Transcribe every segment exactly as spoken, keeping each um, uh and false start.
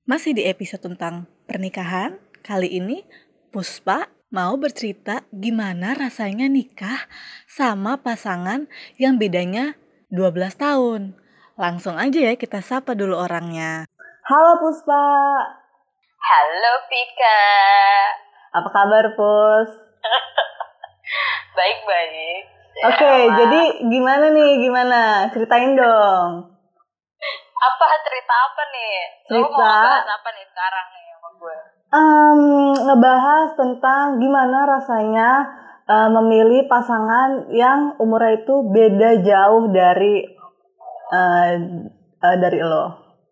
Masih di episode tentang pernikahan, kali ini Puspa mau bercerita gimana rasanya nikah sama pasangan yang bedanya dua belas tahun. Langsung aja ya kita sapa dulu orangnya. Halo Puspa. Halo Pika. Apa kabar Pus? Baik-baik. Oke, okay, jadi gimana nih? Gimana? Ceritain dong. Apa cerita apa nih? Cerita. Lo mau ngebahas apa nih sekarang nih sama gue? Um, ngebahas tentang gimana rasanya uh, memilih pasangan yang umurnya itu beda jauh dari uh, uh, dari lo.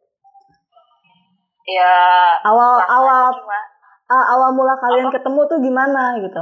Ya. Awal awal uh, awal mula kalian apa? ketemu tuh gimana gitu?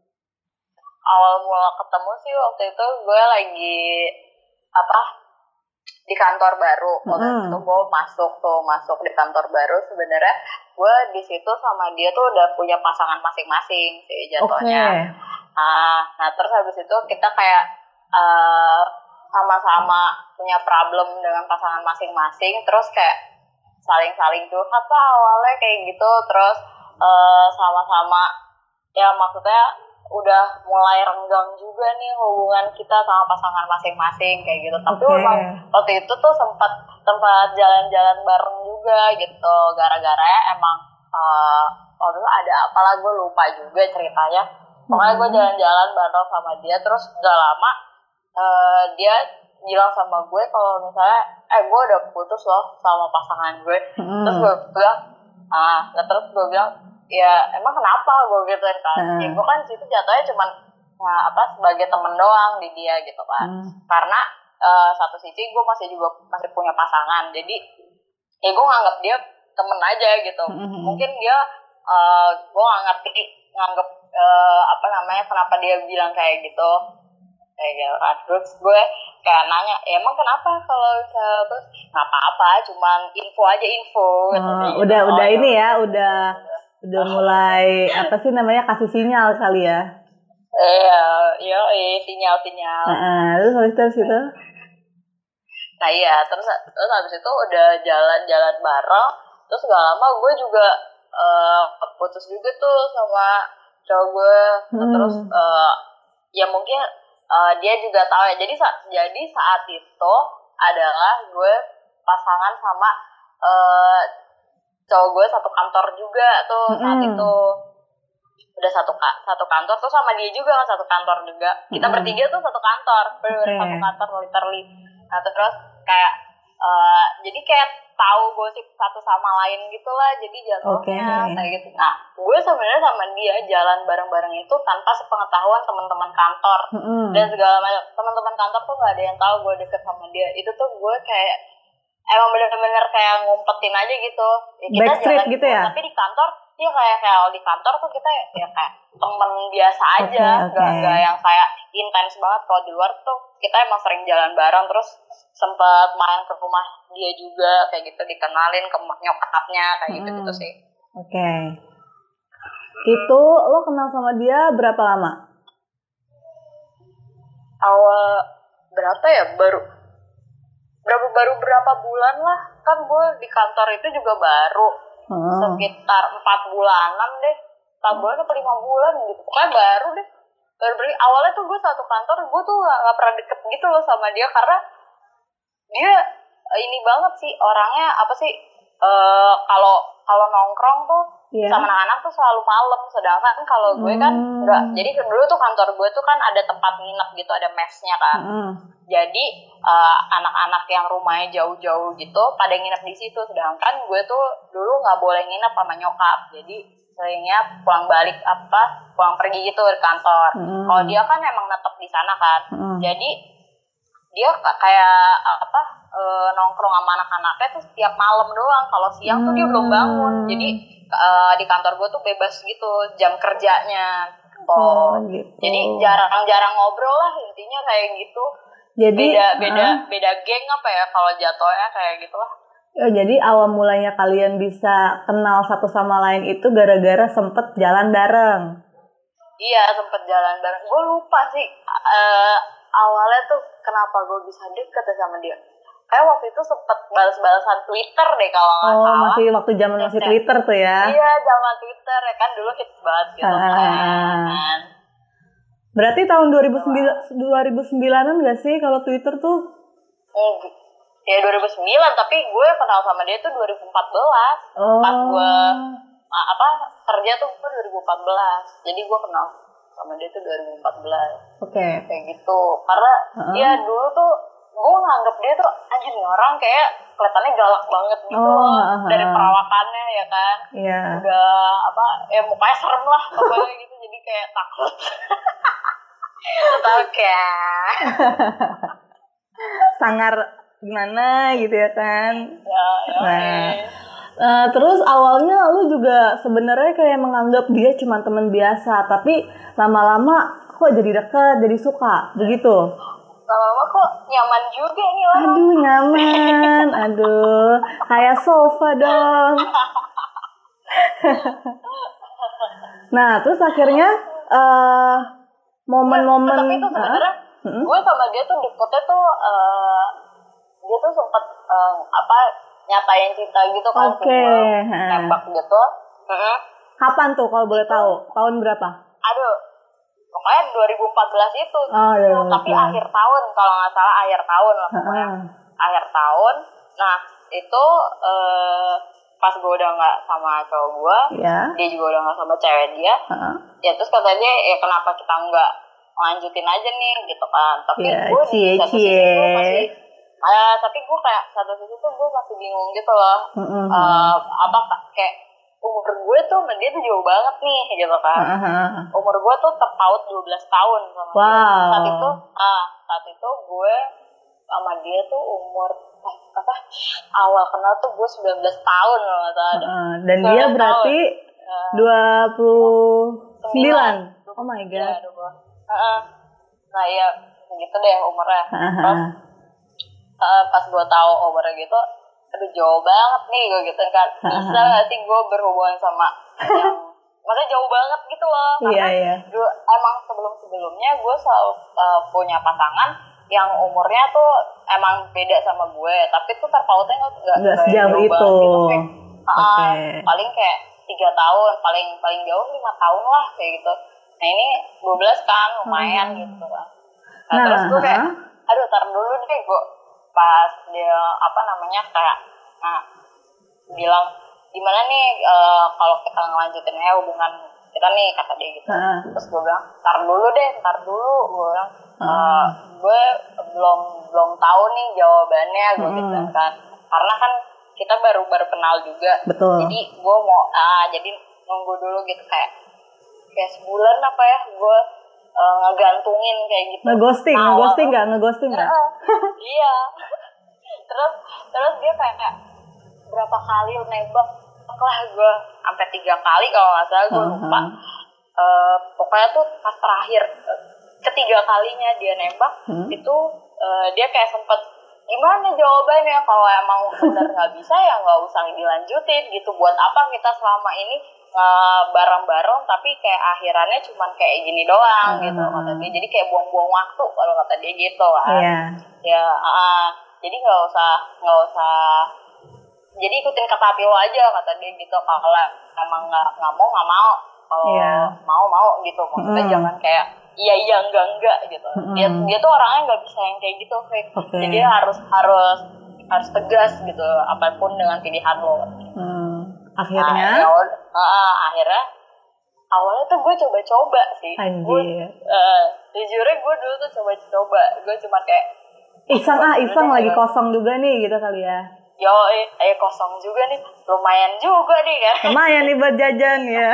Awal mula ketemu sih waktu itu gue lagi apa? Di kantor baru. Waktu mm. itu gue masuk tuh masuk di kantor baru. Sebenarnya gue di situ sama dia tuh udah punya pasangan masing-masing sih jatuhnya. Okay. Nah, nah terus habis itu kita kayak uh, sama-sama punya problem dengan pasangan masing-masing. Terus kayak saling-saling curhat lah awalnya kayak gitu. Terus uh, sama-sama ya maksudnya udah mulai renggang juga nih hubungan kita sama pasangan masing-masing kayak gitu. Tapi okay. memang waktu itu tuh sempat sempat jalan-jalan bareng juga gitu. Gara-gara emang uh, waktu itu ada apalah gue lupa juga ceritanya. Pokoknya gue jalan-jalan bareng sama dia. Terus gak lama uh, dia bilang sama gue kalau misalnya eh gue udah putus loh sama pasangan gue. Hmm. Terus gue bilang ah, nah terus gue bilang ya emang kenapa gue gituin kan. Hmm. Ya gue kan situ jatuhnya cuman nah, apa sebagai temen doang di dia gitu kan. Hmm. Karena uh, satu sisi gue masih juga masih punya pasangan. Jadi ya gue nganggap dia temen aja gitu. Hmm. Mungkin dia uh, gue nggak ngerti nganggap uh, apa namanya kenapa dia bilang kayak gitu. Kayak gitu kan. Terus gue kayak nanya ya emang kenapa kalau uh, terus nggak apa-apa cuman info aja info. Hmm, gitu. Udah oh, udah ini ya udah udah mulai apa sih namanya kasih sinyal kali ya? Iya, iya, iya sinyal-sinyal. Nah, terus habis terus itu? Nah iya, terus terus habis itu udah jalan-jalan bareng, terus gak lama gue juga uh, putus juga tuh sama cowok gue. Hmm. Terus uh, ya mungkin uh, dia juga tahu ya. Jadi saat jadi saat itu adalah gue pasangan sama uh, cowok gue satu kantor juga tuh saat mm. itu udah satu satu kantor tuh sama dia juga kan satu kantor juga kita mm. bertiga tuh satu kantor bener-bener okay. Satu kantor literally. Nah terus kayak uh, jadi kayak tahu gosip satu sama lain gitulah jadi jatuhnya okay. Kayak gitu. Nah gue sebenarnya sama dia jalan bareng-bareng itu tanpa sepengetahuan teman-teman kantor mm. dan segala macam teman-teman kantor tuh nggak ada yang tahu gue deket sama dia. Itu tuh gue kayak emang bener-bener kayak ngumpetin aja gitu. Ya, kita backstreet gitu ya? Tapi di kantor, ya kayak kayak di kantor tuh kita ya kayak temen biasa aja, okay, okay. Gak, gak yang kayak intens banget. Kalau di luar tuh kita emang sering jalan bareng, terus sempet main ke rumah dia juga, kayak gitu dikenalin ke nyokapnya, kayak hmm. gitu-gitu sih. Oke. Okay. Itu lo kenal sama dia berapa lama? Awal berapa ya? Baru berapa baru berapa bulan lah kan gue di kantor itu juga baru hmm. sekitar empat bulanan deh empat bulan atau lima bulan gitu pokoknya baru deh baru beri awalnya tuh gue satu kantor gue tuh gak, gak pernah deket gitu loh sama dia karena dia ini banget sih orangnya apa sih uh, kalau kalau nongkrong tuh yeah. sama anak-anak tuh selalu malam sedangkan kalau gue kan hmm. enggak jadi dulu tuh kantor gue tuh kan ada tempat nginep gitu ada mesnya kan hmm. jadi uh, anak-anak yang rumahnya jauh-jauh gitu pada nginep di situ sedangkan gue tuh dulu nggak boleh nginep sama nyokap jadi seringnya pulang balik apa pulang pergi gitu di kantor hmm. kalau dia kan emang netep di sana kan hmm. jadi dia kayak apa e, nongkrong sama anak-anaknya tuh setiap malam doang kalau siang hmm. tuh dia belum bangun jadi e, di kantor gue tuh bebas gitu jam kerjanya gitu. Oh, gitu. Jadi jarang-jarang ngobrol lah intinya kayak gitu jadi beda beda uh, beda geng apa ya kalau jatuhnya kayak gitu lah. Oh, jadi awal mulanya kalian bisa kenal satu sama lain itu gara-gara sempet jalan bareng. Iya sempet jalan bareng gue lupa sih uh, awalnya tuh kenapa gue bisa deket sama dia kayak waktu itu sempet balas-balasan Twitter deh kalau nggak Oh, salah. masih waktu zaman masih Kayak- Twitter tuh ya. Iya, zaman Twitter ya kan dulu hits banget gitu Ah, ah, kan. ah. Berarti tahun dua ribu sembilan dua ribu sembilanan nggak sih kalau Twitter tuh? Oh, ya dua ribu sembilan, tapi gue kenal sama dia tuh dua ribu empat belas. Oh. Pas gue ah, apa kerja tuh gue dua ribu empat belas. Jadi gue kenal sama dia tuh dua ribu empat belas. Oke. Okay. Kayak gitu. Karena Uh-huh. ya dulu tuh gue nganggep dia tuh anjir nih orang kayak kelihatannya galak banget gitu Oh, loh. uh-huh. Dari perawakannya ya kan. Iya. Udah apa ya mukanya serem lah pokoknya gitu, jadi kayak takut. Lu tau kan? Sangar gimana gitu ya kan? Ya, ya. Nah. Okay. Uh, terus awalnya lu juga sebenarnya kayak menganggap dia cuma teman biasa, tapi lama-lama kok jadi dekat, jadi suka, begitu? Lama-lama kok nyaman juga nih orang. Aduh nyaman, aduh kayak sofa dong. Nah terus akhirnya uh, momen-momen. Tapi itu sebenarnya uh, uh, gue sama dia tuh deketnya tuh uh, dia tuh sempet uh, apa nyatain cinta gitu kan. Oke. Okay. Nembak gitu. Uh-huh. Kapan tuh kalau boleh tahu? Tahun berapa? Aduh, pokoknya dua ribu empat belas itu. Oh, dua ribu empat belas. Tapi akhir tahun kalau nggak salah akhir tahun lah pokoknya. Uh-huh. Akhir tahun. Nah itu uh, pas gue udah nggak sama cowok gue, yeah. dia juga udah nggak sama cewek dia. Uh-huh. Ya terus kata dia, ya kenapa kita nggak lanjutin aja nih gitu kan. Tapi yeah, gue di cie, satu cie. sisi gue masih Uh, tapi gue kayak satu sisi tuh gue masih bingung gitu loh. Uh-huh. uh, apa kayak umur gue tuh sama dia tuh jauh banget nih gitu kan. Uh-huh. Umur gue tuh terpaut dua belas tahun sama wow. dia. Saat itu ah saat itu gue sama dia tuh umur eh, apa awal kenal tuh gue sembilan belas tahun loh nggak tahu. Uh-huh. Dan dia berarti uh, dua puluh sembilan. Oh my god. Ya, uh-huh. Nah ya gitu deh umurnya. Uh-huh. Terus Uh, pas gue tahu umurnya gitu, aduh jauh banget nih gue gitu kan. Bisa gak sih gue berhubungan sama yang maksudnya jauh banget gitu loh. Karena yeah, yeah. Gue, emang sebelum-sebelumnya gue selalu uh, punya pasangan yang umurnya tuh emang beda sama gue, tapi tuh terpautnya gak, gak sejauh itu gitu. Kayak, uh, okay. Paling kayak tiga tahun, paling paling jauh lima tahun lah kayak gitu. Nah ini dua belas kan lumayan hmm. gitu kan. Nah, nah terus gue kayak aduh tar dulu deh gue pas dia apa namanya kayak nah bilang gimana nih uh, kalau kita ngelanjutin ya hubungan kita nih kata dia gitu. Uh. Terus gue bilang tar dulu deh tar dulu gue bilang uh, gue belum belum tahu nih jawabannya gue uh. gitu kan karena kan kita baru baru kenal juga. Betul. Jadi gue mau ah jadi nunggu dulu gitu kayak kayak sebulan apa ya gue Uh, ngegantungin kayak gitu. Ngeghosting, nah, ngeghosting nggak, ngeghosting nggak? Uh, iya. terus terus dia kayak berapa kali nembak lah gue sampai tiga kali kalau nggak salah gue uh-huh. lupa. Uh, pokoknya tuh pas terakhir ketiga kalinya dia nembak hmm? itu uh, dia kayak sempet gimana jawabannya kalau emang benar nggak bisa ya nggak usah dilanjutin gitu. Buat apa kita selama ini Uh, bareng-bareng tapi kayak akhirannya cuman kayak gini doang uh-huh. gitu kata dia, jadi kayak buang-buang waktu kalau kata dia gitu kan. Yeah. Ya uh, jadi nggak usah nggak usah jadi ikutin kata hati lo aja kata dia gitu. Kalau emang nggak nggak mau nggak mau, kalau yeah. mau mau gitu maksudnya mm. jangan kayak iya iya enggak enggak gitu. mm. dia dia tuh orangnya nggak bisa yang kayak gitu kayak okay. Jadi harus harus harus tegas gitu apapun dengan pilihan lo. mm. Akhirnya nah, ya, uh, akhirnya awalnya tuh gue coba-coba sih. Anjir. Uh, jujurnya gue dulu tuh coba-coba, gue cuma kayak iseng ah iseng lagi coba. Kosong juga nih gitu kali ya. Yo eh, eh kosong juga nih, lumayan juga nih kan. Lumayan nih buat jajan ya.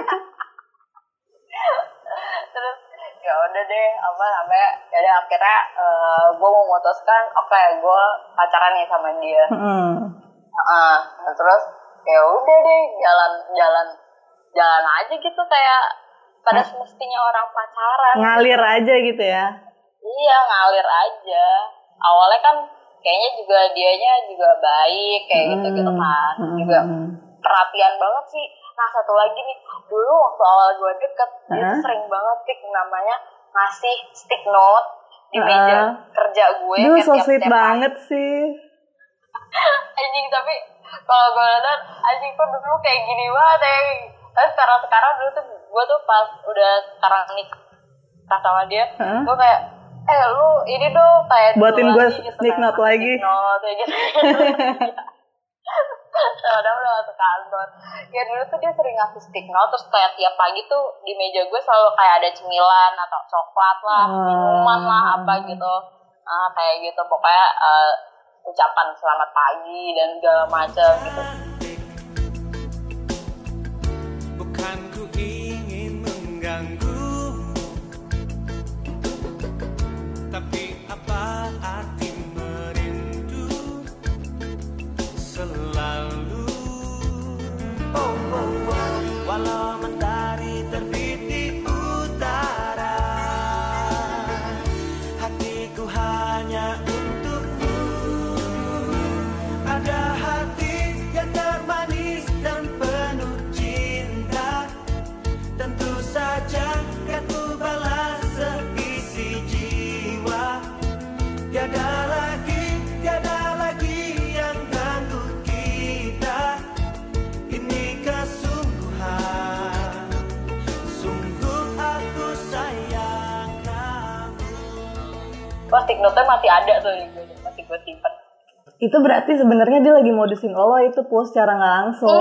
Terus ya udah deh apa namanya, jadi akhirnya uh, gue memutuskan oke okay, gue pacaran nih sama dia. Hmm. Uh, terus ya udah deh jalan jalan jalan aja gitu kayak pada semestinya orang pacaran. Ngalir aja gitu ya. Iya ngalir aja. Awalnya kan kayaknya juga dianya juga baik kayak hmm. gitu gitu kan. Hmm. Juga perhatian banget sih. Nah satu lagi nih, dulu waktu awal gue deket huh? dia tuh sering banget Pik namanya ngasih stick note di uh. meja kerja gue. Duh so sweet banget sih. Anjing, tapi kalau gue lihat anjing tuh dulu kayak gini banget ya. Tapi sekarang sekarang dulu tuh gue tuh pas udah sekarang nikah sama dia, huh? Gue kayak eh lu ini dong kayak buatin gue gitu, stick note lagi. Stick note kayak gitu. Udah udah masuk kantor. Ya dulu tuh dia sering ngasih stick note, terus kayak tiap pagi tuh di meja gue selalu kayak ada cemilan atau coklat lah, oh. minuman lah apa gitu. Nah, kayak gitu pokoknya uh, ucapan selamat pagi dan segala macam gitu. Bukan ku ingin mengganggu, tapi apa arti merindu selalu. Oh, oh, oh. Walau mentari terbit di utara, hatiku hanya untukmu. Ada hati yang termanis dan penuh cinta, tentu saja kan ku balas seisi jiwa. Tiada lagi, tiada lagi yang ganggu kita. Ini kesungguhan, sungguh aku sayang kamu. Wah, stick note-nya masih ada tuh, masih gue simpen. Itu berarti sebenarnya dia lagi modusin lo itu Pus secara nggak langsung.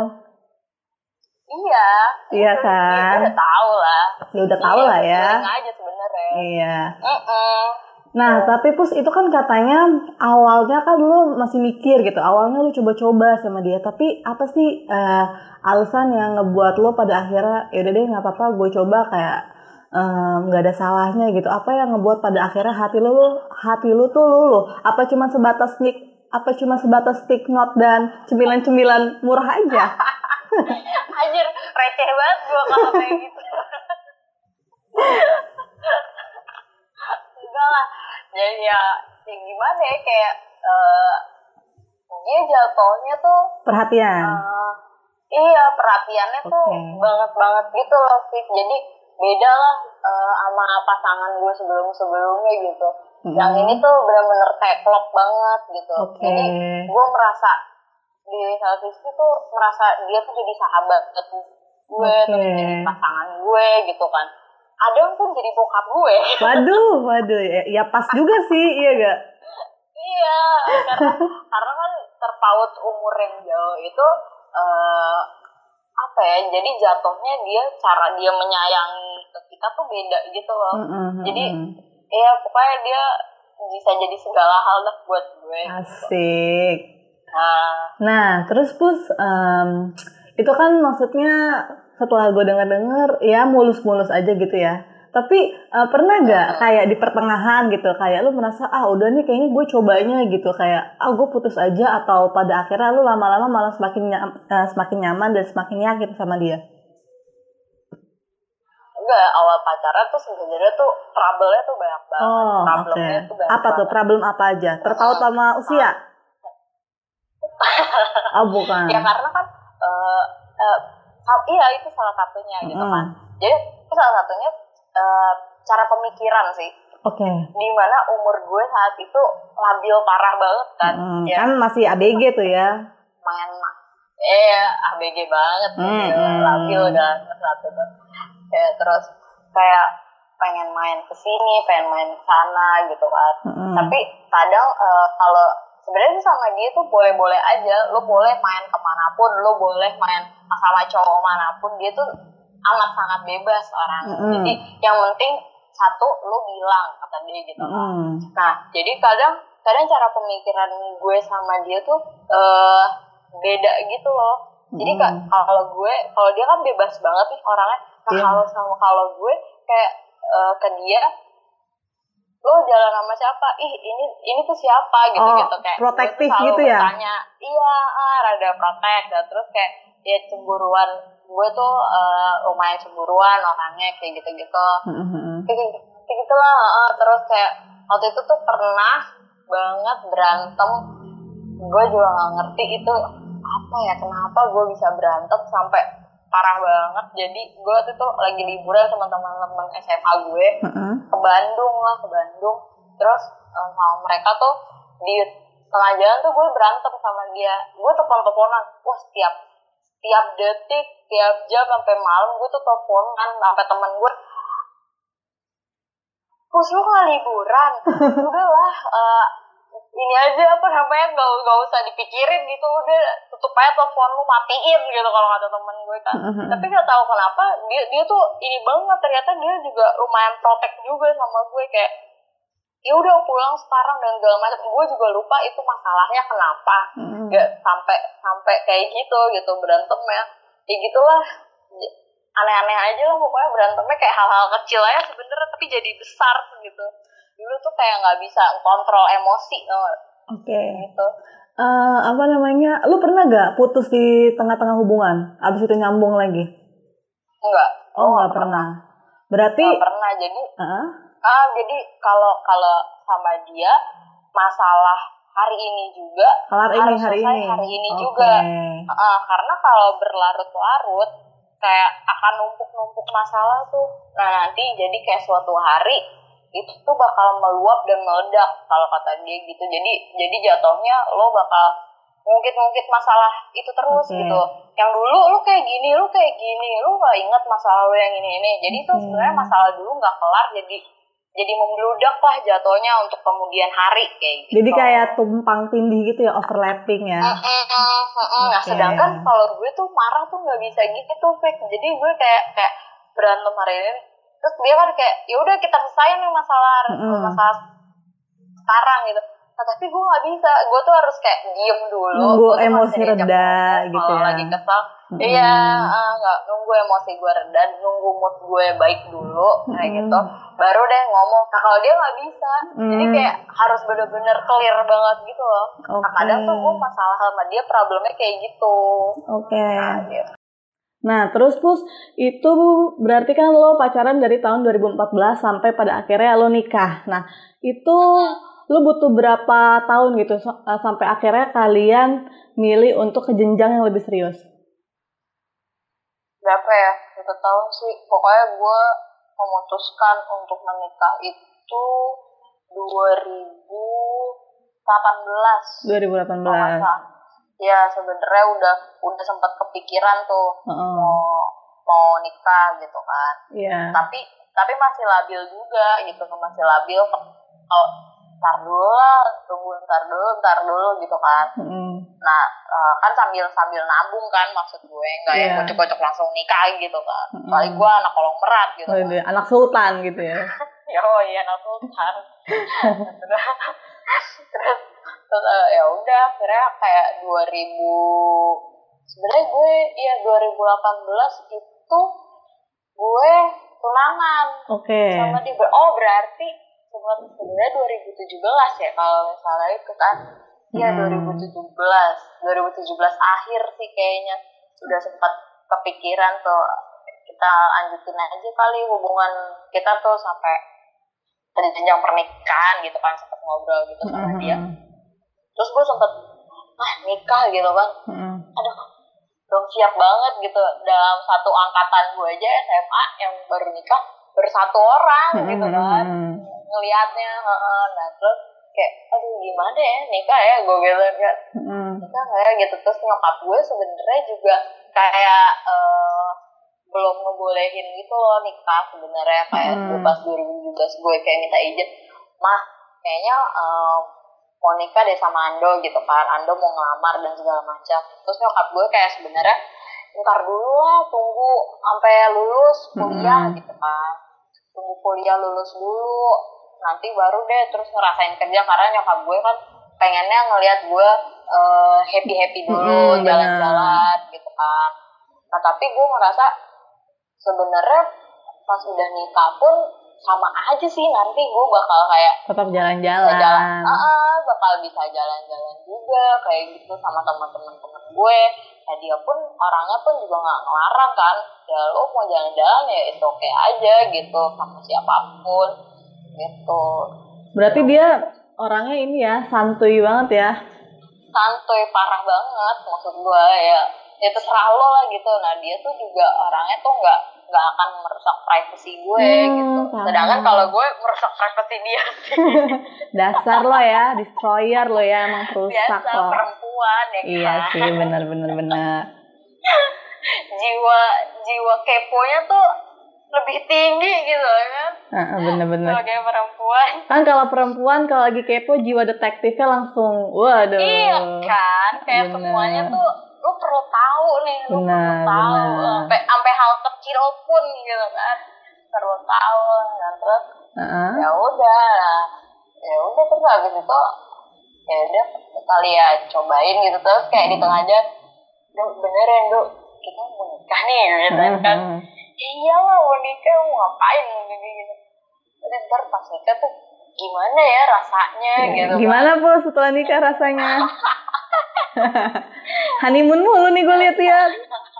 Iya. Iya kan? Ya, udah tahu lah. Ya udah tahu iya, lah ya. aja sebenarnya. Iya. Uh-uh. Nah, tapi Pus itu kan katanya awalnya kan lu masih mikir gitu. Awalnya lu coba-coba sama dia, tapi apa sih uh, alasan yang ngebuat lu pada akhirnya ya udah deh nggak apa-apa gue coba kayak nggak um, ada salahnya gitu. Apa yang ngebuat pada akhirnya hati lu, lu hati lu tuh luluh? Apa cuma sebatas stick, apa cuma sebatas stick note dan cemilan-cemilan murah aja? Anjir, receh banget gue kalau kayak gitu. Enggak lah. Jadi ya, ya gimana ya kayak uh, dia jatuhnya tuh perhatian. Uh, iya, perhatiannya okay. tuh banget banget gitu loh, Fik. Jadi beda lah uh, sama pasangan gue sebelum-sebelumnya gitu. Mm-hmm. Yang ini tuh benar-benar kayak klop banget gitu. Okay. Jadi gue merasa di satu sisi tuh merasa dia tuh jadi sahabat gue, okay. terus jadi pasangan gue gitu kan. Ada yang pun jadi bokap gue. Waduh, waduh, ya, ya pas juga sih, iya gak? Iya, karena karena kan terpaut umur yang jauh itu. Uh, apa ya, jadi jatuhnya dia cara dia menyayangi kita tuh beda gitu loh. Mm-hmm. Jadi ya pokoknya dia bisa jadi segala hal dah buat gue. Asik. Nah, nah terus Pus um, itu kan maksudnya setelah gue denger-denger ya mulus-mulus aja gitu ya. Tapi uh, pernah gak kayak di pertengahan gitu, kayak lu merasa ah udah nih kayaknya gue cobanya gitu, kayak ah gue putus aja, atau pada akhirnya lu lama-lama malah semakin nyam, uh, semakin nyaman dan semakin yakin sama dia? Enggak, awal pacaran tuh sebenarnya tuh trouble-nya tuh banyak banget. Oh, oke. Okay. Apa tuh problem apa aja? Terpaut sama usia? Oh bukan. Ya karena kan uh, uh, iya itu salah satunya gitu mm. kan. Jadi itu salah satunya Uh, cara pemikiran sih. Oke. Okay. Dimana umur gue saat itu labil parah banget kan. Hmm, ya. Kan masih A B G tuh ya. Main mah. Eh A B G banget hmm, ya. Hmm. Labil kan saat itu. Ya, terus kayak pengen main ke sini, pengen main ke sana gitu kan. Hmm. Tapi kadang uh, kalau sebenarnya sih sama dia tuh boleh-boleh aja. Lo boleh main kemanapun, lo boleh main sama cowok manapun, dia tuh amat sangat bebas orang. Mm. Jadi yang penting satu lo bilang kata dia gitu. Mm. Nah jadi kadang kadang cara pemikiran gue sama dia tuh uh, beda gitu loh. Jadi mm. kalau gue kalau dia kan bebas banget nih orangnya. Nah yeah. kalau sama kalau gue kayak uh, ke dia lo jalan sama siapa? Ih ini ini tuh siapa gitu gitu oh, kayak protektif gitu ya. Bertanya, iya ah, rada protek dan terus kayak dia cemburuan, gue tuh uh, lumayan cemburuan orangnya kayak gitu-gitu, mm-hmm. kayak kayak gitulah. Uh, terus kayak waktu itu tuh pernah banget berantem, gue juga nggak ngerti itu apa ya kenapa gue bisa berantem sampai parah banget. Jadi gue waktu itu lagi liburan sama teman-teman S M A gue mm-hmm. ke Bandung lah ke Bandung, terus uh, sama mereka tuh di tengah jalan tuh gue berantem sama dia, gue telepon-teleponan, wah setiap tiap detik, tiap jam sampai malam gue tuh teleponan sampai temen gue, Pus lu nggak liburan, udahlah uh, ini aja apa namanya nggak nggak usah dipikirin gitu, udah tutup aja telepon lu, matiin gitu kalau kata temen gue kan. Tapi nggak tahu kenapa dia dia tuh ini banget, ternyata dia juga lumayan protek juga sama gue, kayak ya udah pulang sekarang dan segala macam. Gue juga lupa itu masalahnya kenapa nggak sampai sampai kayak gitu gitu berantemnya, kayak gitulah, aneh-aneh aja lah pokoknya berantemnya, kayak hal-hal kecil aja sebenarnya tapi jadi besar gitu. Dulu tuh kayak nggak bisa kontrol emosi, tau gak? Oke. Okay. Gitu. Uh, apa namanya? Lu pernah gak putus di tengah-tengah hubungan? Abis itu nyambung lagi? Enggak. Oh, nggak pernah. pernah. Berarti? Nggak pernah. Jadi, uh? ah, jadi kalau kalau sama dia masalah hari ini juga Kelar ini, harus hari selesai ini. hari ini Okay. juga. Uh, karena kalau berlarut-larut kayak akan numpuk-numpuk masalah tuh. Nah nanti jadi kayak suatu hari itu tuh bakal meluap dan meledak kalau kata dia gitu. Jadi jadi jatuhnya lo bakal ngungkit-ngungkit masalah itu terus okay. gitu. Yang dulu lo kayak gini, lo kayak gini, lo gak inget masalah lo yang ini ini. Jadi itu okay. sebenarnya masalah dulu nggak kelar, jadi jadi membludak lah jatuhnya untuk kemudian hari kayak gitu. Jadi kayak tumpang tindih gitu ya, overlapping ya. Mm-mm, mm-mm. Okay. Nah sedangkan kalau gue tuh marah tuh nggak bisa gitu, Fik. Jadi gue kayak kayak berantem hari ini. Terus dia kan kayak ya udah kita selesaiin nih masalah mm. masalah sekarang gitu. Nah, tapi gue nggak bisa, gue tuh harus kayak diem dulu, nunggu emosi reda gitu kalau ya. Lagi kesel, iya mm. nggak uh, nunggu emosi gue reda, nunggu mood gue baik dulu mm. kayak gitu, baru deh ngomong. Nah kalau dia nggak bisa, mm. jadi kayak harus bener-bener clear banget gitu loh. Okay. Nah kadang tuh gue masalah sama dia problemnya kayak gitu. Oke. Okay. Nah, gitu. Nah, terus Pus, itu berarti kan lo pacaran dari tahun dua ribu empat belas sampai pada akhirnya lo nikah. Nah, itu lo butuh berapa tahun gitu sampai akhirnya kalian milih untuk ke jenjang yang lebih serius? Berapa ya? Satu tahun sih. Pokoknya gue memutuskan untuk menikah itu dua ribu delapan belas. dua ribu delapan belas. Ya sebenarnya udah udah sempat kepikiran tuh uh-uh. mau mau nikah gitu kan. Iya. Yeah. Tapi tapi masih labil juga gitu, masih labil. Oh, ntar dulu lah, tunggu ntar dulu, ntar dulu gitu kan. Uh-uh. Nah uh, kan sambil sambil nabung kan, maksud gue nggak yeah. yang kocok-kocok langsung nikah gitu kan. Uh-uh. Soalnya gue anak kolong merat gitu. Oh, kan. Anak sultan gitu ya. Ya oh iya anak sultan. Terus terus uh, ya udah akhirnya kayak dua ribu sebenarnya gue iya dua ribu delapan belas itu gue tunangan. Oke. Okay. Sama dia. Oh berarti sebenarnya dua ribu tujuh belas ya kalau misalnya itu kan. Iya hmm. dua ribu tujuh belas dua ribu tujuh belas akhir sih kayaknya sudah sempat kepikiran tuh kita lanjutin aja kali hubungan kita tuh sampai ada jenjang pernikahan gitu kan, sempat ngobrol gitu sama mm-hmm. dia. Terus gue sempet ah nikah gitu kan, mm-hmm. aduh belum siap banget gitu. Dalam satu angkatan gue aja S M A yang baru nikah baru satu orang mm-hmm. gitu kan ngelihatnya. Nah terus kayak aduh gimana ya nikah ya gue gitu kan, mm-hmm. nikah nggak ya gitu. Terus nyokap gue sebenarnya juga kayak uh, belum ngebolehin gitu loh nikah sebenarnya, kayak hmm. pas dua ribu tujuh belas gue kayak minta izin, mah kayaknya uh, mau nikah deh sama Ando gitu kan, Ando mau ngelamar dan segala macam. Terus nyokap gue kayak sebenarnya ntar dulu lah, tunggu sampai lulus kuliah hmm. gitu kan, tunggu kuliah lulus dulu nanti baru deh terus ngerasain kerja, karena nyokap gue kan pengennya ngelihat gue uh, happy happy dulu hmm, jalan-jalan gitu kan. Nah tapi gue ngerasa sebenarnya pas udah nikah pun sama aja sih, nanti gue bakal kayak tetap jalan-jalan, jalan, ah, bakal bisa jalan-jalan juga kayak gitu sama teman-teman teman gue. Ya dia pun orangnya pun juga nggak ngelarang kan, ya lo mau jalan-jalan ya itu oke okay aja gitu sama siapapun gitu. Berarti dia orangnya ini ya santuy banget ya? Santuy parah banget maksud gue ya. Ya terserah lo lah gitu. Nah dia tuh juga orangnya tuh nggak nggak akan merusak privasi gue Hmm, gitu. paham. Sedangkan kalau gue merusak privasi dia sih. Dasar lo ya, destroyer lo ya, emang perusak Biasa lo. perempuan ya kan. Iya sih, benar benar benar. jiwa jiwa keponya tuh lebih tinggi gitu kan. Heeh, benar-benar. Sebagai perempuan. Kan kalau perempuan kalau lagi kepo jiwa detektifnya langsung waduh. Iya kan, kayak Bener. semuanya tuh lu perlu tahu nih, lu Bener, perlu tahu bener. sampai sampai hal kecil pun gitu kan perlu tahu. Dan terus Heeh. ya udah, ya udah terus habis itu ya udah kali ya cobain gitu terus kayak di tengah aja, Duk beneran Duk kita mau nikah nih gitu kan. Heeh. Iya mau nikah mau ngapain gitu gitu. Terus ntar pas nikah tuh gimana ya rasanya gitu. Gimana Bu setelah nikah rasanya? Honeymoon mulu nih gue lihat-lihat.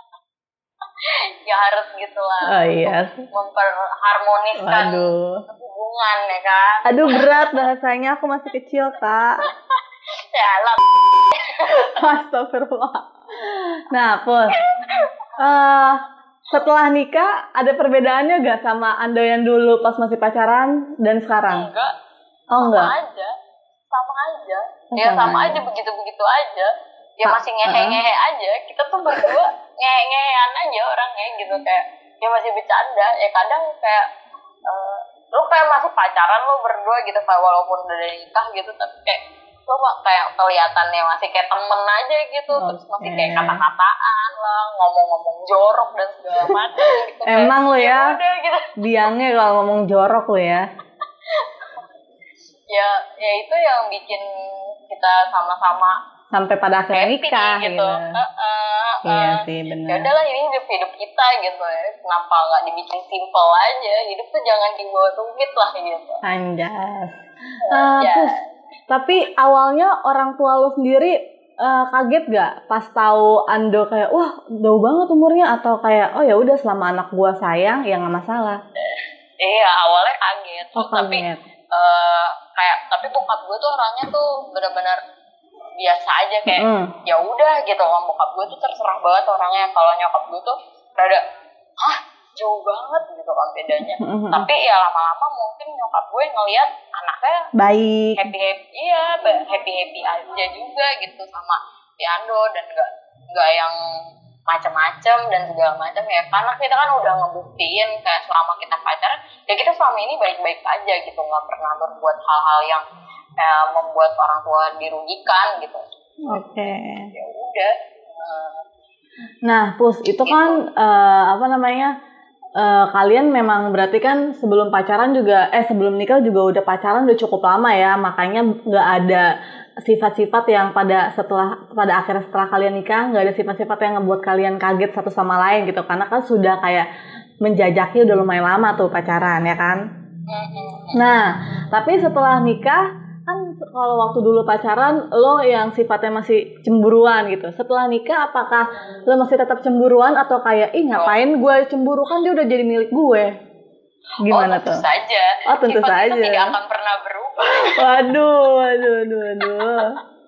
Ya harus gitu lah. Oh iya. Untuk memperharmoniskan Waduh. hubungan ya kan. Aduh berat bahasanya, aku masih kecil kak. Ya lah. Astagfirullah. Nah Pus, uh, setelah nikah ada perbedaannya gak sama Ando yang dulu pas masih pacaran dan sekarang? Enggak. Oh Sama enggak? aja. Sama aja. Oh, Ya sama sama aja. aja begitu-begitu aja. Ya Ah, masih ngehe-ngehe aja. Kita tuh berdua ngehe-ngehean aja orangnya gitu kayak ya masih bercanda. Ya kadang kayak eh, lu kayak masih pacaran lu berdua gitu kayak walaupun udah nikah gitu tapi kayak lu kok kayak kelihatannya masih kayak temen aja gitu terus masih kayak Oke. kata-kataan lah ngomong-ngomong jorok dan segala macam gitu. Kayak, Emang lo ya, udah gitu. biangnya kalau ngomong jorok lo ya. Ya ya itu yang bikin kita sama-sama Sampai pada akhirnya happy nikah gitu. gitu. Heeh, Iya heeh. sih Ya benar. udahlah ini hidup hidup kita gitu ya. Kenapa nggak dibikin simple aja? Hidup tuh jangan dibuat rumit lah gitu. Anjas. Uh, Ya. Pus, tapi awalnya orang tua lo sendiri uh, kaget gak pas tahu Ando kayak wah jauh banget umurnya atau kayak oh ya udah selama anak gua sayang ya nggak masalah. Iya awalnya kaget. Oh Tapi kaget. eh, kayak tapi bokap gue tuh orangnya tuh benar-benar biasa aja kayak Mm. ya udah gitu kan bokap gue tuh terserah banget orangnya. Kalau nyokap gue tuh rada hah jauh banget gitu kan bedanya. Mm-mm. Tapi ya lama-lama mungkin nyokap gue ngelihat anaknya Baik. happy happy iya happy happy aja juga gitu sama si Ando dan nggak nggak yang macam-macam dan segala macam ya karena kita kan udah ngebuktiin kayak selama kita pacaran ya kita selama ini baik-baik aja gitu nggak pernah berbuat hal-hal yang eh, membuat orang tua dirugikan gitu. Oke. Ya udah eh, Nah, Pus, itu kan eh, apa namanya? eh, kalian memang berarti kan sebelum pacaran juga eh sebelum nikah juga udah pacaran udah cukup lama ya, makanya nggak ada sifat-sifat yang pada setelah pada akhirnya setelah kalian nikah nggak ada sifat-sifat yang ngebuat kalian kaget satu sama lain gitu karena kan sudah kayak menjajaki udah lumayan lama tuh pacaran ya kan. Nah, tapi setelah nikah kan kalau waktu dulu pacaran lo yang sifatnya masih cemburuan gitu. Setelah nikah apakah lo masih tetap cemburuan atau kayak ih ngapain gue cemburu kan dia udah jadi milik gue? Gimana oh, tentu tuh? saja. Oh, tentu Sifat itu saja. tidak akan pernah berubah. Waduh, waduh, waduh, waduh.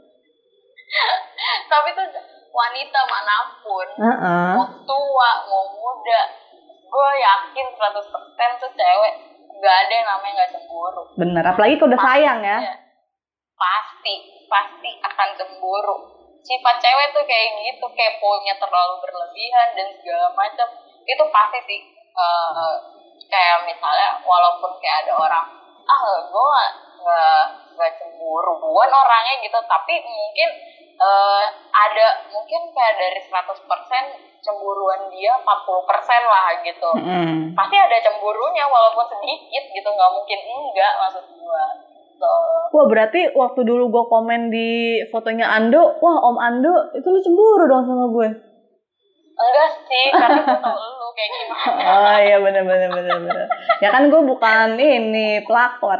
Tapi tuh wanita manapun Heeh. mau tua mau muda gue yakin seratus persen tuh cewek gak ada yang namanya gak cemburu. Bener, apalagi kalau udah sayang ya. Ya, pasti pasti akan cemburu. Sifat cewek tuh kayak gitu, keponya terlalu berlebihan dan segala macam itu pasti sih. eh, kayak misalnya walaupun kayak ada orang ah gue gak, gak cemburuan orangnya gitu tapi mungkin eh, ada mungkin kayak dari seratus persen cemburuan dia empat puluh persen lah gitu. Mm. Pasti ada cemburunya walaupun sedikit gitu, nggak mungkin enggak maksud gue. So, Wah berarti waktu dulu gue komen di fotonya Ando, wah Om Ando itu lu cemburu dong sama gue. enggak sih, karena gue tau lu kayak gimana. Oh iya bener bener bener bener. Ya kan gue bukan ini pelakor.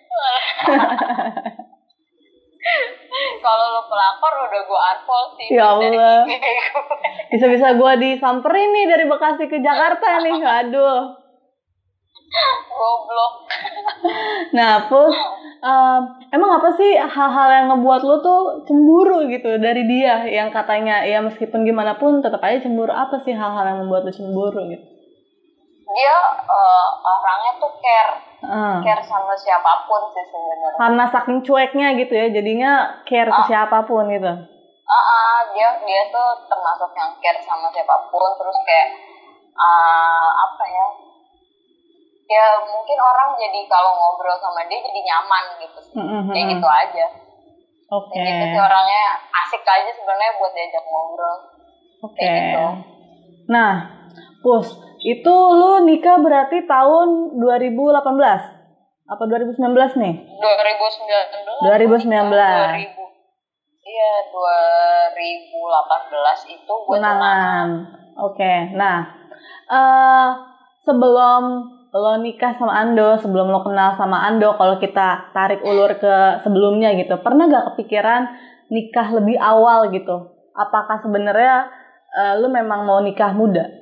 Kalau lu pelakor udah gue unfollow sih. Ya dari Allah. I G gue. Bisa-bisa gue disamperin nih dari Bekasi ke Jakarta nih, aduh. Goblok. Nah, Pus, um, emang apa sih hal-hal yang ngebuat lu tuh cemburu gitu dari dia yang katanya ya meskipun gimana pun tetap aja cemburu, apa sih hal-hal yang membuat lu cemburu gitu? dia uh, orangnya tuh care Uh. care sama siapapun sih sebenarnya. Karena saking cueknya gitu ya, jadinya care ke Uh. siapapun gitu. Ah, uh, dia dia tuh termasuk yang care sama siapapun, terus kayak uh, apa ya? Ya mungkin orang jadi kalau ngobrol sama dia jadi nyaman gitu sih. Mm-hmm. Kayak gitu aja. Oke. Okay. Gitu sih orangnya asik aja sebenarnya buat diajak ngobrol. Oke. Okay. Kayak gitu. Nah, Pus, itu lu nikah berarti tahun dua ribu delapan belas apa dua ribu sembilan belas nih? dua ribu sembilan belas dua ribu sembilan belas dua ribu Iya, dua ribu delapan belas itu gue tunangan. Oke. Okay. Nah, uh, sebelum lo nikah sama Ando, sebelum lo kenal sama Ando, kalau kita tarik ulur ke sebelumnya gitu, pernah gak kepikiran nikah lebih awal gitu? Apakah sebenarnya uh, lo memang mau nikah muda?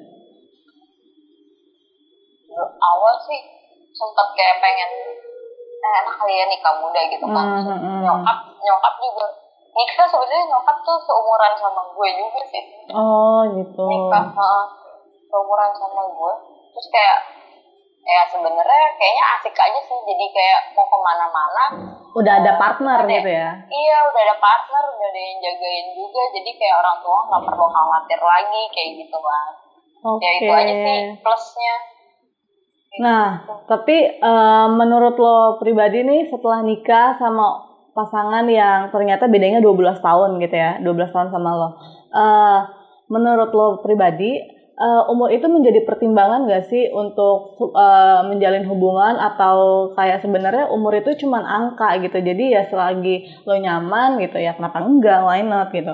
Awal sih sempet kayak pengen eh, enak kali ya nikah muda gitu kan. Mm-hmm. Nyokap nyokap juga nikah sebenarnya nyokap tuh seumuran sama gue juga sih. Oh gitu. Nikah uh, seumuran sama gue. Terus kayak ya sebenarnya kayaknya asik aja sih, jadi kayak mau kemana-mana udah ada partner ada, gitu ya. Iya udah ada partner, udah ada yang jagain juga, jadi kayak orang tua nggak perlu khawatir lagi kayak gitu kan. Oke. Ya itu aja sih plusnya. Nah, tapi uh, menurut lo pribadi nih setelah nikah sama pasangan yang ternyata bedanya dua belas tahun gitu ya, dua belas tahun sama lo. Uh, menurut lo pribadi, uh, umur itu menjadi pertimbangan gak sih untuk uh, menjalin hubungan, atau kayak sebenarnya umur itu cuman angka gitu. Jadi ya selagi lo nyaman gitu ya kenapa enggak, why not gitu.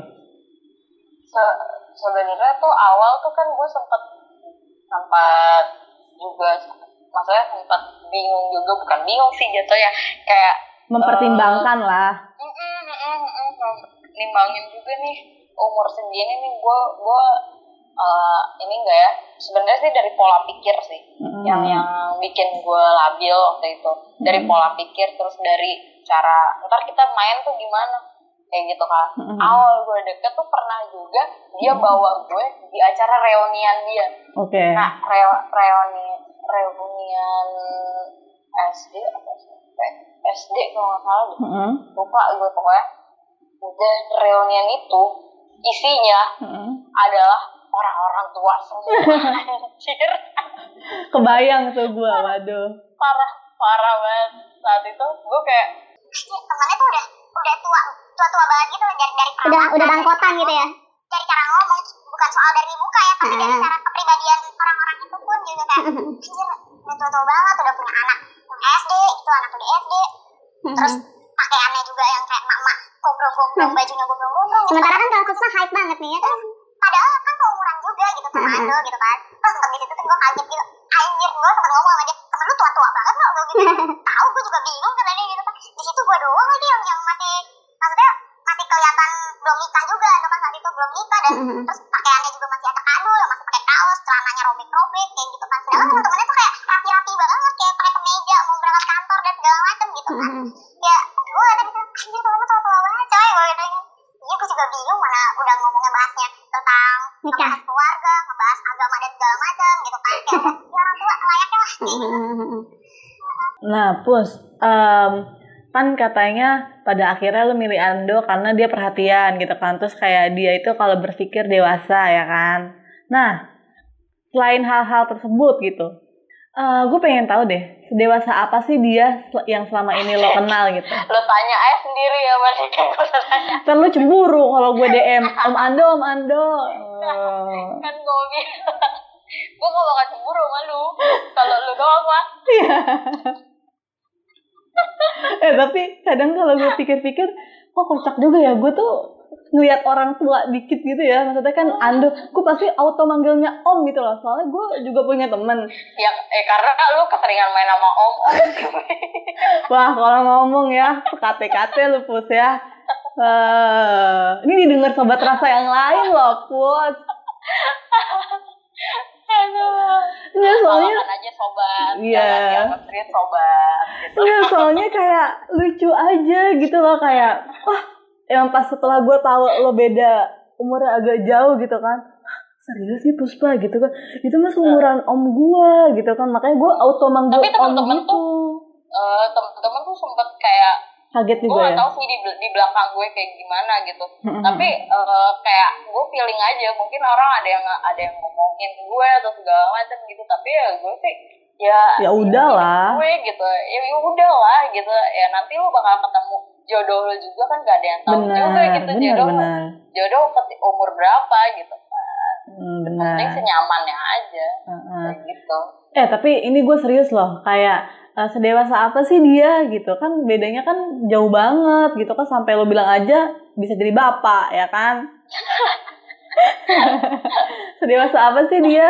Se- sebenarnya tuh awal tuh kan gue sempet sempat juga maksudnya sempat bingung juga, bukan bingung sih jatuhnya kayak mempertimbangkan uh, lah mm, mm, mm, mm, mm, nimbangin juga nih umur segini nih gue gue uh, ini enggak ya, sebenarnya sih dari pola pikir sih mm. yang yang bikin gue labil waktu itu, dari mm. pola pikir, terus dari cara ntar kita main tuh gimana kayak gitu kan. Mm. Awal gue deket tuh pernah juga dia mm. bawa gue di acara reunian dia. Oke. Okay. Nah re- reuni reunian S D apa sih? S D kalau nggak salah deh. Mm-hmm. Lupa gue pokoknya. Dan reunian itu isinya mm-hmm. adalah orang-orang tua semua. Anjir. Kebayang tuh gue, waduh. Parah, parah banget. Saat itu gue kayak temannya tuh udah udah tua tua-tua banget gitu, dari dari udah udah bangkotan gitu ya. Dari cara ngomong, bukan soal dari muka ya, tapi dari cara kepribadian orang-orang itu pun juga kayak anjir, udah tua-tua banget, udah punya anak S D, itu anak udah S D. Terus pakaiannya juga yang kayak mak-mak gombrong-gombrong, bajunya gombrong-gombrong. Sementara kan kalau Puspa hype banget nih ya kan. Padahal kan seumuran juga gitu sama Ando gitu kan. Terus sempet di situ tuh gue kaget gitu. Anjir, gue sempet ngomong sama dia, temen lu tua-tua banget loh gitu. Tahu gue juga bingung katanya gitu kan. Di situ gue doang lagi yang yang masih, maksudnya masih kelihatan belum nikah juga, itu kan saat itu belum nikah, dan terus pakaiannya juga masih acak adul, yang masih pakai kaos, celananya robek-robek kayak gitu kan. Sedangkan teman-temannya tuh kayak rapi-rapi banget, kayak pakai kemeja mau berangkat kantor dan segala macam gitu kan. Ya gue ada gitu, anjir temen lu tua-tua banget coy, gue gitu. Iya gue juga bingung, mana udah ngomongnya bahasnya tentang ngebahas keluarga, ngebahas agama dan segala macam gitu kan. Kayak ya orang tua layaknya lah kayak gitu. Nah Pus, um, kan katanya pada akhirnya lu milih Ando karena dia perhatian gitu kan, terus kayak dia itu kalau berpikir dewasa ya kan. Nah selain hal-hal tersebut gitu, uh, gue pengen tahu deh, sedewasa apa sih dia yang selama ini lo kenal gitu. Lo tanya aja sendiri ya Mas, kan gue tanya. Ntar lu cemburu kalau gue D M Om Ando, Om Ando. Oh. Kan gue bilang gue gak bakal cemburu sama lu kalau lu doang mah. Iya. Eh tapi kadang kalau gue pikir-pikir, kok kocak juga ya, gue tuh ngeliat orang tua dikit gitu ya, maksudnya kan Ando, gue pasti auto manggilnya Om gitu loh, soalnya gue juga punya temen yang eh karena lu keseringan main sama Om Om. Wah kalau ngomong ya K T lu Pus ya. Uh, ini didengar sobat rasa yang lain loh Pus. Aduh. Nggak, soalnya Makan aja sobat. Iya. Jangan dianggap serius sobat gitu. Nggak, soalnya kayak lucu aja gitu loh, kayak wah yang pas setelah gue tahu lo beda umurnya agak jauh gitu kan, serius nih Puspa gitu kan, itu mah seumuran om gua gitu kan, makanya gua auto manggil Tapi om teman-teman gitu. uh, teman-teman tuh sempet kayak Kaget gue juga gak ya. tahu sih di, di belakang gue kayak gimana gitu. Mm-mm. Tapi uh, kayak gue feeling aja, mungkin orang ada yang ada yang ngomongin gue atau segala macam gitu, tapi ya gue sih ya Ya udahlah. gue gitu, ya, ya udahlah gitu, ya nanti lu bakal ketemu jodoh lu juga kan, gak ada yang tahu Benar, juga gitu benar, jodoh benar. jodoh ke- umur berapa gitu kan. Hmm, benar. Penting senyamannya aja. Uh-uh. Kayak gitu. Eh tapi ini gue serius loh, kayak uh, sedewasa apa sih dia gitu kan, bedanya kan jauh banget gitu kan, sampai lo bilang aja bisa jadi bapak ya kan. Sedewasa apa sih dia?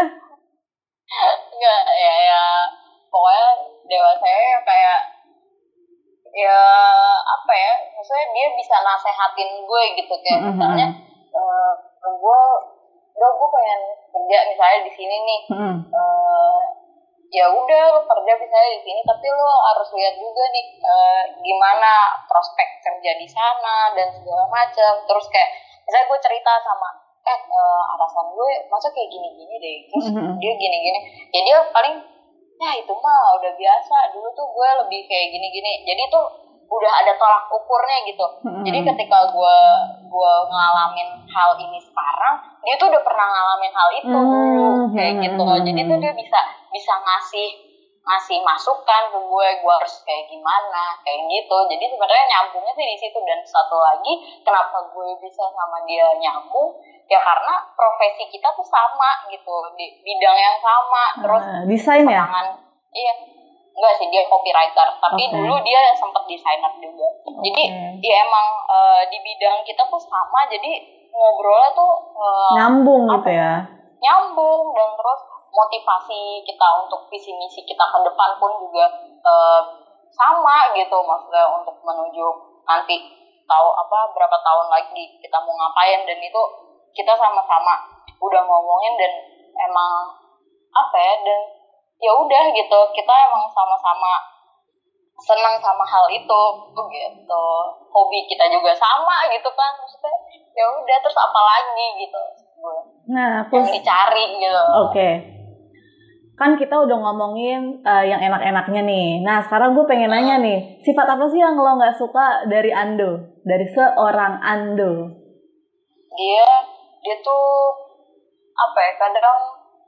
Enggak ya, ya pokoknya dewasanya kayak ya apa ya, maksudnya dia bisa nasehatin gue gitu, kayak Mm-hmm. misalnya uh, gue udah gue pengen kerja misalnya di sini nih. Mm-hmm. uh, ya udah lo kerja misalnya di sini, tapi lo harus lihat juga nih uh, gimana prospek kerja di sana dan segala macam. Terus kayak misalnya gue cerita sama eh uh, atasan gue masa kayak gini-gini deh, terus Mm-hmm. dia gini-gini, ya dia paling ya itu mah udah biasa, dulu tuh gue lebih kayak gini-gini, jadi tuh udah ada tolak ukurnya gitu. Mm-hmm. Jadi ketika gue gue ngalamin hal ini sekarang, dia tuh udah pernah ngalamin hal itu dulu, Mm-hmm. kayak gitu. Jadi tuh dia bisa bisa ngasih ngasih masukan ke gue, gue harus kayak gimana, kayak gitu. Jadi sebenarnya nyambungnya sih di situ. Dan satu lagi, kenapa gue bisa sama dia nyambung? Ya karena profesi kita tuh sama gitu, di bidang yang sama. Terus Uh, desain ya? pasangan, iya, enggak sih dia copywriter, tapi Okay. dulu dia sempat desainer juga. Jadi Okay. dia emang uh, di bidang kita tuh sama, jadi ngobrolnya tuh uh, Nyambung apa gitu ya. nyambung, dan terus motivasi kita untuk visi misi kita ke depan pun juga uh, sama gitu, maksudnya untuk menuju nanti tahu apa berapa tahun lagi kita mau ngapain, dan itu kita sama-sama udah ngomongin, dan emang apa ya, dan ya udah gitu, kita emang sama-sama senang sama hal itu gitu, hobi kita juga sama gitu kan, maksudnya ya udah, terus apa lagi gitu Nah, yang Pus, dicari gitu. oke. Kan kita udah ngomongin uh, yang enak-enaknya nih. Nah, sekarang gue pengen nanya nih, sifat apa sih yang lo nggak suka dari Ando, dari seorang Ando? Dia dia tuh apa ya, kadang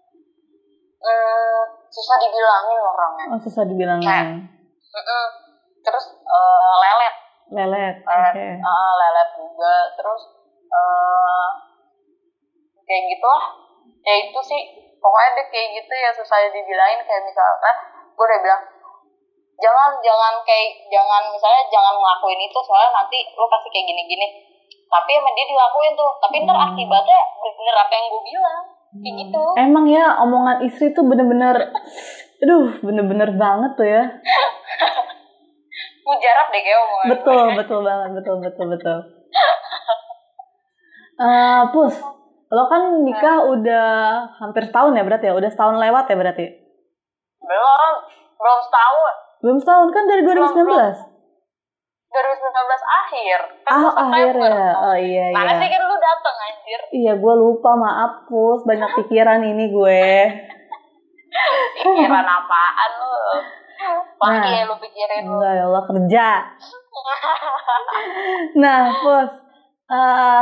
hmm, susah dibilangin orangnya. Oh, susah dibilangin. Mm-mm. Terus uh, lelet, Lelet. Oke. lelet, uh, lelet juga. Terus uh, kayak gitulah. Ya itu sih. Pokoknya dia kayak gitu ya, susah dibilangin. Kayak misalnya gue udah bilang, jangan jangan kayak jangan misalnya jangan ngelakuin itu, soalnya nanti lo pasti kayak gini-gini. Tapi sama dia dilakuin tuh. Tapi ntar Hmm. akibatnya bener apa yang gue bilang. Kayak gitu. Emang ya omongan istri tuh bener-bener, aduh bener-bener banget tuh ya. Mujarab deh kayak omongan gue. Betul, betul banget, betul, betul, betul. Eh, Pus, lo kan nikah udah hampir setahun ya berarti ya? Udah setahun lewat ya berarti? Belum, belum setahun. Belum setahun kan, dari dua ribu sembilan belas? dua ribu sembilan belas akhir. Kan Ah, gua akhir September. ya? Oh iya, Mana iya. sih kan lu dateng anjir. Iya, gue lupa, maaf Pus, banyak pikiran ini gue. Pikiran apaan lu? Lagi Nah. ya lu pikirin lu. Enggak ya Allah, kerja. Nah, Pus, eh,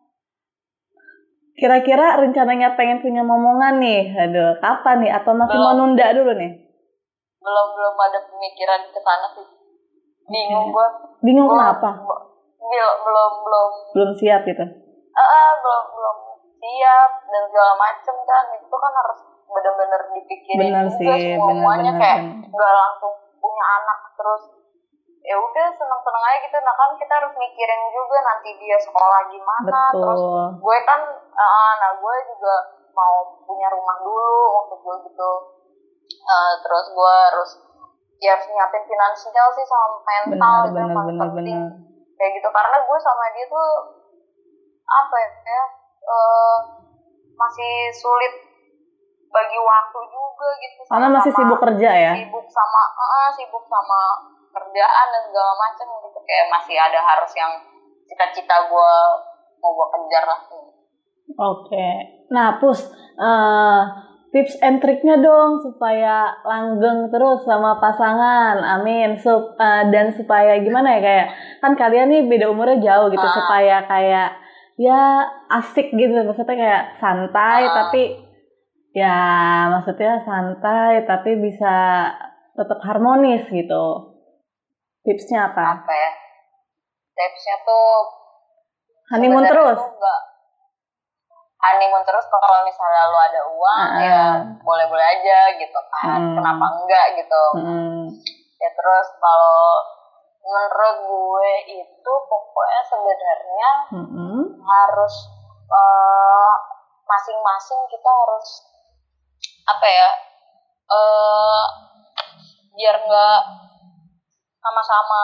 kira-kira rencananya pengen punya momongan nih, aduh, kapan nih? Atau masih mau Belum. nunda dulu nih? Belum belum ada pemikiran ke sana sih. Bingung gua. Bingung Gua- kenapa? gua- Belum belum belum Belum siap gitu? eh eh, belum belum siap dan segala macem kan. Itu kan harus benar-benar dipikirin Benar juga sih, semuanya, benar-benar, kayak benar. nggak langsung punya anak terus ya udah seneng-seneng aja gitu. Nah kan kita harus mikirin juga nanti dia sekolah gimana. Terus Betul. gue kan uh, nah gue juga mau punya rumah dulu untuk gue gitu. Uh, terus gue harus ya harus nyiapin finansial sih sama mental. Benar, itu yang benar, paling benar, penting. benar. Kayak gitu, karena gue sama dia tuh apa ya, uh, masih sulit bagi waktu juga gitu. Karena masih sama-sama sibuk kerja ya? sibuk sama uh, sibuk sama kerjaan dan segala macam gitu, kayak masih ada harus yang cita-cita gue mau gue kejar lah. Oke. Nah, Pus, eh, tips and triknya dong supaya langgeng terus sama pasangan. Amin. Sup, eh, dan supaya gimana ya, kayak kan kalian nih beda umurnya jauh gitu, Ah. supaya kayak ya asik gitu, maksudnya kayak santai Ah. tapi ya maksudnya santai tapi bisa tetap harmonis gitu. Tipsnya apa? Apa ya? Tipsnya tuh Honeymoon sebenarnya terus. tuh nggak honeymoon terus. Kalau misalnya lu ada uang Ah. ya boleh-boleh aja gitu kan. Hmm. Kenapa enggak gitu. Mm. Ya terus kalau menurut gue itu pokoknya sebenarnya Mm-mm. harus eh, masing-masing kita harus apa ya eh biar nggak sama-sama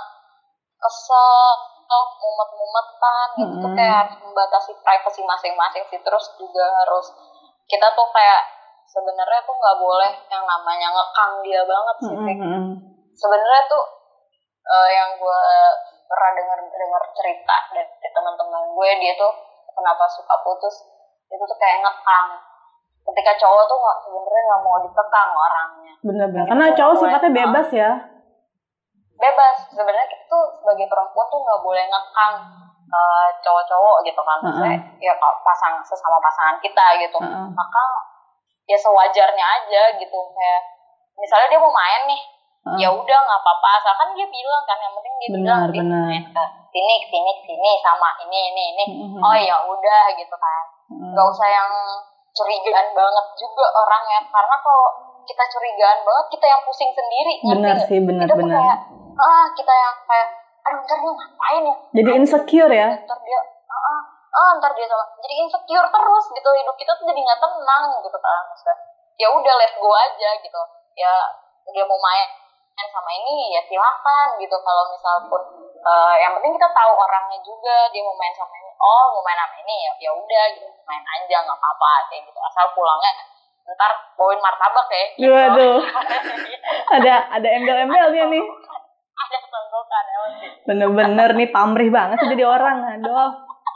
kesel, mumet-mumetan gitu tuh Mm-mm. kayak harus membatasi privasi masing-masing sih. Terus juga harus kita tuh kayak sebenarnya tuh nggak boleh yang namanya ngekang dia banget sih. Fik. Mm-mm. Sebenarnya tuh eh, yang gue pernah denger denger cerita dari teman-teman gue, dia tuh kenapa suka putus itu tuh kayak ngekang. Ketika cowok tuh nggak sebenarnya nggak mau dikekang orangnya. Bener-bener. Jadi Karena tuh cowok nggak boleh, sifatnya ah, bebas ya. bebas. Sebenarnya kita tuh sebagai perempuan tuh nggak boleh ngekang eh, cowok-cowok gitu kan. Maksudnya ya kalau pasang sesama pasangan kita gitu. Uh-uh. Maka ya sewajarnya aja gitu. Kayak misalnya dia mau main nih, Uh-uh. ya udah nggak apa-apa. Asalkan dia bilang kan, yang penting dia Benar, bilang dia benar. main ke sini, ke sini, ke sini sama ini, ini, ini. Mm-mm. Oh ya udah gitu kan. Mm. Nggak usah yang curigaan banget juga orangnya, karena kalau kita curigaan banget kita yang pusing sendiri. ngerti Benar nggak? sih, benar, Kita tuh benar. kayak ah kita yang kayak aduh ntar dia ngapain ya, Jadi insecure ya. ntar dia ah ah, ah ntar dia sama, jadi insecure terus gitu. Hidup kita tuh jadi nggak tenang gitu kan. Maksudnya ya udah let go aja gitu. Ya dia mau main sama ini ya silakan gitu. Kalau misal pun eh, yang penting kita tahu orangnya juga, dia mau main sama ini, oh mau main sama ini ya ya udah gitu, main aja nggak apa-apa kayak gitu. Asal pulangnya ntar bawain martabak ya gitu. Waduh. Ada ada embel-embelnya nih. Ada tenggorokan emang sih. Bener-bener nih pamrih banget sih jadi orang. Aduh.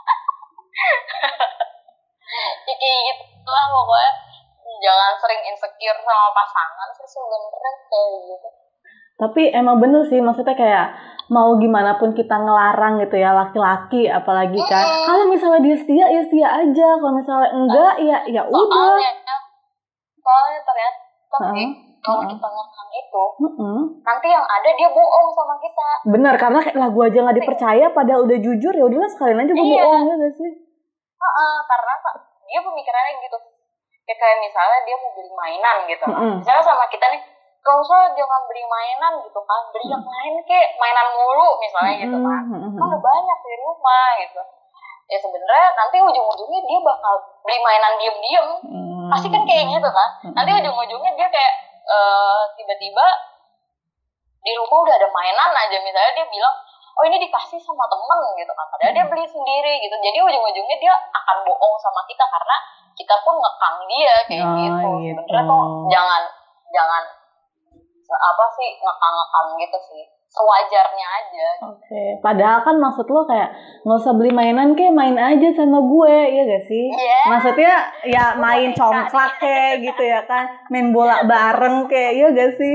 Ya kayak gitu lah pokoknya. Jangan sering insecure sama pasangan sih sebenarnya kayak gitu. Tapi emang bener sih, maksudnya kayak mau gimana pun kita ngelarang gitu ya, laki-laki apalagi kan. Mm-mm. Kalau misalnya dia setia ya setia aja, kalau misalnya enggak ya ya udah. Soalnya, soalnya ternyata nih, Heeh, kalau heeh. kita ngekang itu, Mm-mm. nanti yang ada dia bohong sama kita. Bener, karena kayak lah gue aja nggak dipercaya padahal udah jujur, ya udahlah sekalian aja gue Iya. bohong ya gak sih? Heeh, karena Kak, dia pemikirannya gitu. Ya kayak misalnya dia mau beli mainan gitu. Mm-mm. Misalnya sama kita nih, gak usah jangan beli mainan gitu kan. Beli yang lain kayak mainan mulu misalnya gitu kan. Mm-mm. Kan udah banyak di rumah gitu. Ya sebenarnya nanti ujung-ujungnya dia bakal beli mainan diem-diem. Mm. Pasti kan kayak gitu kan. Nanti ujung-ujungnya dia kayak eh, tiba-tiba di rumah udah ada mainan aja. Misalnya dia bilang, oh ini dikasih sama temen gitu kan. Padahal dia beli sendiri gitu. Jadi ujung-ujungnya dia akan bohong sama kita karena kita pun ngekang dia kayak Oh, gitu. gitu. Sebenarnya tuh jangan jangan apa sih ngekang-ngekang gitu sih. Sewajarnya aja. Oke, padahal kan maksud lo kayak nggak usah beli mainan, kayak main aja sama gue, ya gak sih? Iya. Maksudnya ya main boneka congklak kayak gitu ya kan, main bola bareng kayak, ya gak sih?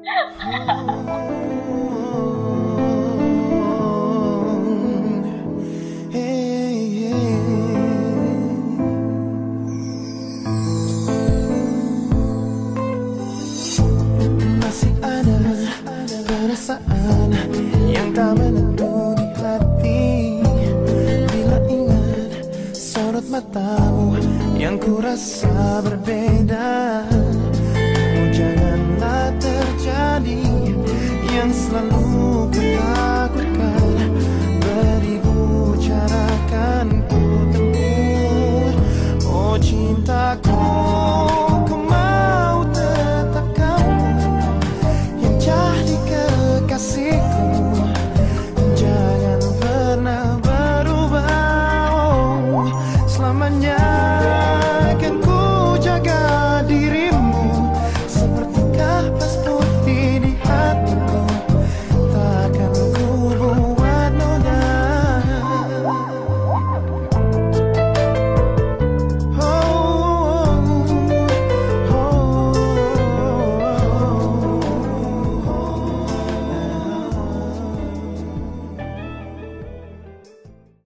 Masih ada perasaan yang tak menentu di hati bila ingat sorot matamu yang ku rasa berbeda. Oh janganlah terjadi yang selalu ku takutkan. Beribu cara kan ku tempuh. Oh cintaku, ku mau tetap kamu yang jadi kekasihku. Jangan pernah berubah, oh, selamanya.